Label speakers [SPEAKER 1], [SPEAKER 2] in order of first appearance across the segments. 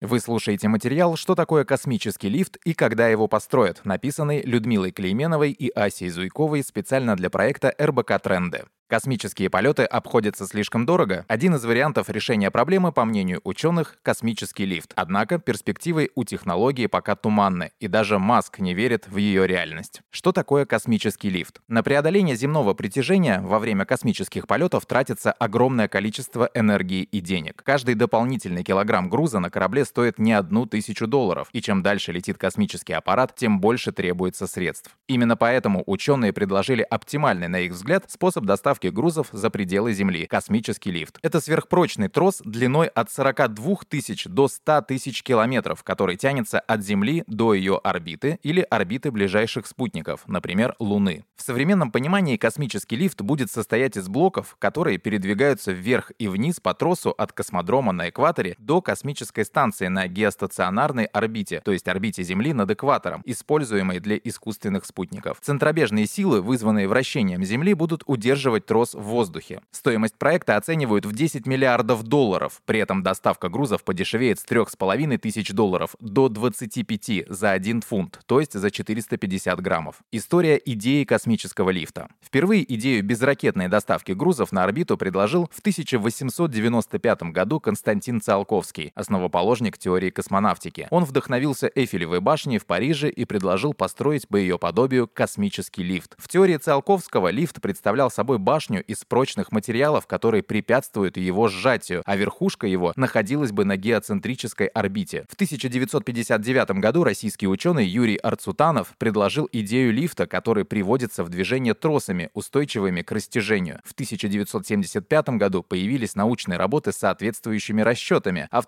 [SPEAKER 1] Вы слушаете материал «Что такое космический лифт и когда его построят», написанный Людмилой Клейменовой и Асей Зуйковой специально для проекта РБК Тренды. Космические полеты обходятся слишком дорого? Один из вариантов решения проблемы, по мнению ученых, космический лифт. Однако перспективы у технологии пока туманны, и даже Маск не верит в ее реальность. Что такое космический лифт? На преодоление земного притяжения во время космических полетов тратится огромное количество энергии и денег. Каждый дополнительный килограмм груза на корабле стоит не $1000, и чем дальше летит космический аппарат, тем больше требуется средств. Именно поэтому ученые предложили оптимальный, на их взгляд, способ доставки грузов за пределы Земли — космический лифт. Это сверхпрочный трос длиной от 42 тысяч до 100 тысяч километров, который тянется от Земли до ее орбиты или орбиты ближайших спутников, например, Луны. В современном понимании космический лифт будет состоять из блоков, которые передвигаются вверх и вниз по тросу от космодрома на экваторе до космической станции на геостационарной орбите, то есть орбите Земли над экватором, используемой для искусственных спутников. Центробежные силы, вызванные вращением Земли, будут удерживать трос в воздухе. Стоимость проекта оценивают в $10 миллиардов. При этом доставка грузов подешевеет с $3500 до 25 за 1 фунт, то есть за 450 граммов. История идеи космического лифта. Впервые идею безракетной доставки грузов на орбиту предложил в 1895 году Константин Циолковский, основоположник теории космонавтики. Он вдохновился Эйфелевой башней в Париже и предложил построить по ее подобию космический лифт. В теории Циолковского лифт представлял собой башню из прочных материалов, которые препятствуют его сжатию, а верхушка его находилась бы на геоцентрической орбите. В 1959 году российский ученый Юрий Арцутанов предложил идею лифта, который приводится в движение тросами, устойчивыми к растяжению. В 1975 году появились научные работы с соответствующими расчетами, а в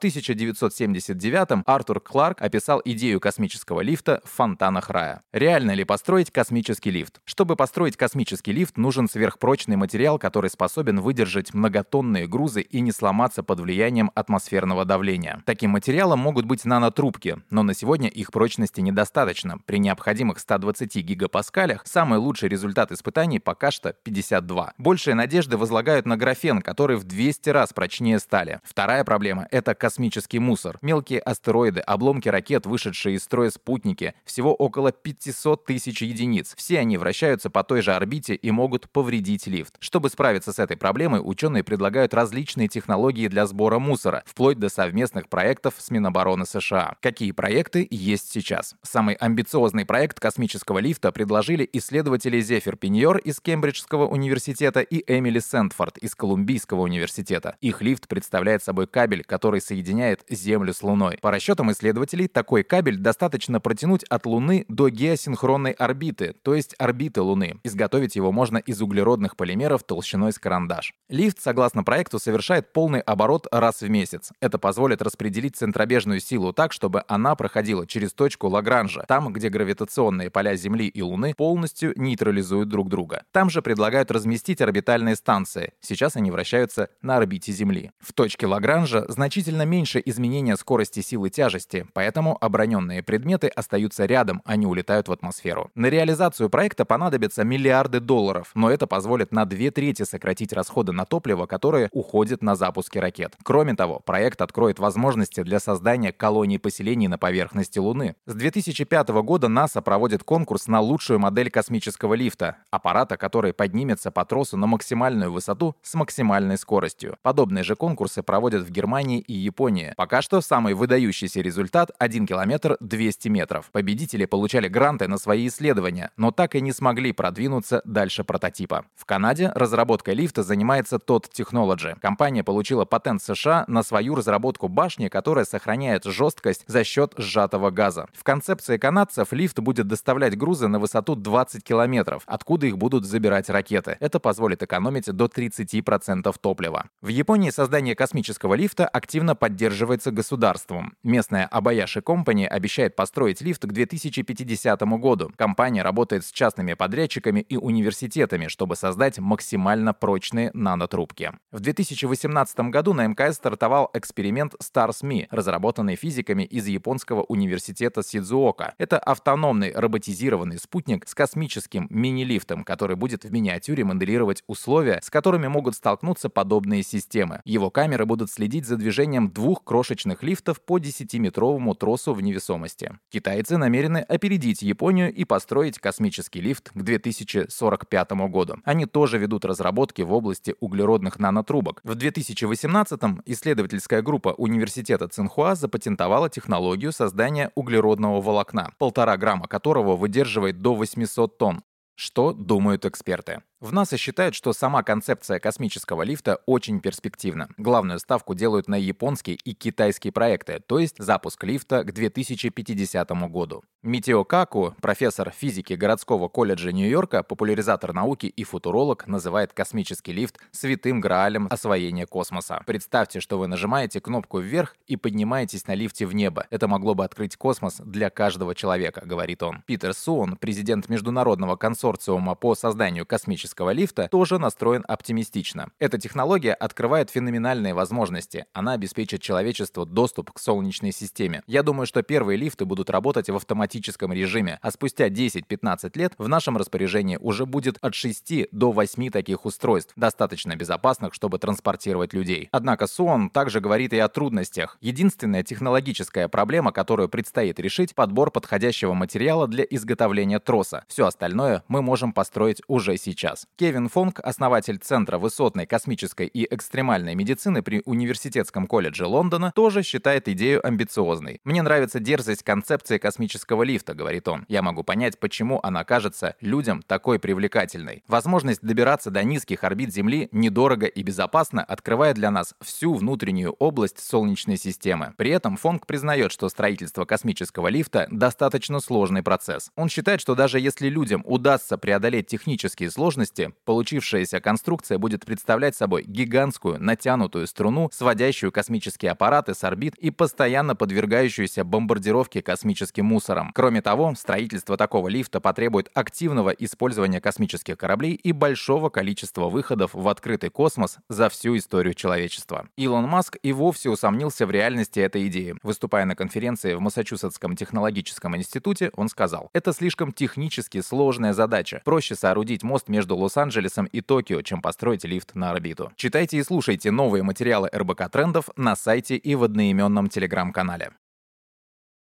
[SPEAKER 1] 1979 Артур Кларк описал идею космического лифта в фонтанах рая. Реально ли построить космический лифт? Чтобы построить космический лифт, нужен сверхпрочный материал, который способен выдержать многотонные грузы и не сломаться под влиянием атмосферного давления. Таким материалом могут быть нанотрубки, но на сегодня их прочности недостаточно. При необходимых 120 гигапаскалях самый лучший результат испытаний пока что 52. Большие надежды возлагают на графен, который в 200 раз прочнее стали. Вторая проблема — это космический мусор. Мелкие астероиды, обломки ракет, вышедшие из строя спутники, всего около 500 тысяч единиц. Все они вращаются по той же орбите и могут повредить лифт. Чтобы справиться с этой проблемой, ученые предлагают различные технологии для сбора мусора, вплоть до совместных проектов с Минобороны США. Какие проекты есть сейчас? Самый амбициозный проект космического лифта предложили исследователи Зефир Пиньор из Кембриджского университета и Эмили Сэндфорд из Колумбийского университета. Их лифт представляет собой кабель, который соединяет Землю с Луной. По расчетам исследователей, такой кабель достаточно протянуть от Луны до геосинхронной орбиты, то есть орбиты Луны. Изготовить его можно из углеродных полимеров толщиной с карандаш. Лифт, согласно проекту, совершает полный оборот раз в месяц. Это позволит распределить центробежную силу так, чтобы она проходила через точку Лагранжа, там, где гравитационные поля Земли и Луны полностью нейтрализуют друг друга. Там же предлагают разместить орбитальные станции. Сейчас они вращаются на орбите Земли. В точке Лагранжа значительно меньше изменения скорости силы тяжести, поэтому оброненные предметы остаются рядом, а не улетают в атмосферу. На реализацию проекта понадобятся миллиарды долларов, но это позволит на 2/3 сократить расходы на топливо, которые уходят на запуски ракет. Кроме того, проект откроет возможности для создания колоний поселений на поверхности Луны. С 2005 года НАСА проводит конкурс на лучшую модель космического лифта, аппарата, который поднимется по тросу на максимальную высоту с максимальной скоростью. Подобные же конкурсы проводят в Германии и Японии. Пока что самый выдающийся результат — 1 километр 200 метров. Победители получали гранты на свои исследования, но так и не смогли продвинуться дальше прототипа. В Канаде разработкой лифта занимается TOT Technology. Компания получила патент США на свою разработку башни, которая сохраняет жесткость за счет сжатого газа. В концепции канадцев лифт будет доставлять грузы на высоту 20 километров, откуда их будут забирать ракеты. Это позволит экономить до 30% топлива. В Японии создание космического лифта активно поддерживается государством. Местная Abayashi Company обещает построить лифт к 2050 году. Компания работает с частными подрядчиками и университетами, чтобы создать максимально прочные нанотрубки. В 2018 году на МКС стартовал эксперимент STARS-Me, разработанный физиками из японского университета Сидзуока. Это автономный роботизированный спутник с космическим мини-лифтом, который будет в миниатюре моделировать условия, с которыми могут столкнуться подобные системы. Его камеры будут следить за движением двух крошечных лифтов по 10-метровому тросу в невесомости. Китайцы намерены опередить Японию и построить космический лифт к 2045 году. Они тоже ведут разработки в области углеродных нанотрубок. В 2018-м исследовательская группа университета Цинхуа запатентовала технологию создания углеродного волокна, 1,5 грамма которого выдерживает до 800 тонн. Что думают эксперты? В НАСА считают, что сама концепция космического лифта очень перспективна. Главную ставку делают на японские и китайские проекты, то есть запуск лифта к 2050 году. Митио Каку, профессор физики городского колледжа Нью-Йорка, популяризатор науки и футуролог, называет космический лифт святым граалем освоения космоса. Представьте, что вы нажимаете кнопку вверх и поднимаетесь на лифте в небо. Это могло бы открыть космос для каждого человека, говорит он. Питер Суон, президент международного консорциума по созданию космического лифта, тоже настроен оптимистично. Эта технология открывает феноменальные возможности. Она обеспечит человечеству доступ к Солнечной системе. Я думаю, что первые лифты будут работать в автоматическом режиме, а спустя 10-15 лет в нашем распоряжении уже будет от 6 до 8 таких устройств, достаточно безопасных, чтобы транспортировать людей. Однако Суон также говорит и о трудностях. Единственная технологическая проблема, которую предстоит решить, подбор подходящего материала для изготовления троса. Все остальное мы можем построить уже сейчас. Кевин Фонг, основатель Центра высотной космической и экстремальной медицины при Университетском колледже Лондона, тоже считает идею амбициозной. «Мне нравится дерзость концепции космического лифта», — говорит он. «Я могу понять, почему она кажется людям такой привлекательной. Возможность добираться до низких орбит Земли недорого и безопасно открывает для нас всю внутреннюю область Солнечной системы». При этом Фонг признает, что строительство космического лифта достаточно сложный процесс. Он считает, что даже если людям удастся преодолеть технические сложности, получившаяся конструкция будет представлять собой гигантскую натянутую струну, сводящую космические аппараты с орбит и постоянно подвергающуюся бомбардировке космическим мусором. Кроме того, строительство такого лифта потребует активного использования космических кораблей и большого количества выходов в открытый космос за всю историю человечества. Илон Маск и вовсе усомнился в реальности этой идеи. Выступая на конференции в Массачусетском технологическом институте, он сказал: «Это слишком технически сложная задача. Проще соорудить мост между Лос-Анджелесом и Токио, чем построить лифт на орбиту». Читайте и слушайте новые материалы РБК Трендов на сайте и в одноименном телеграм-канале.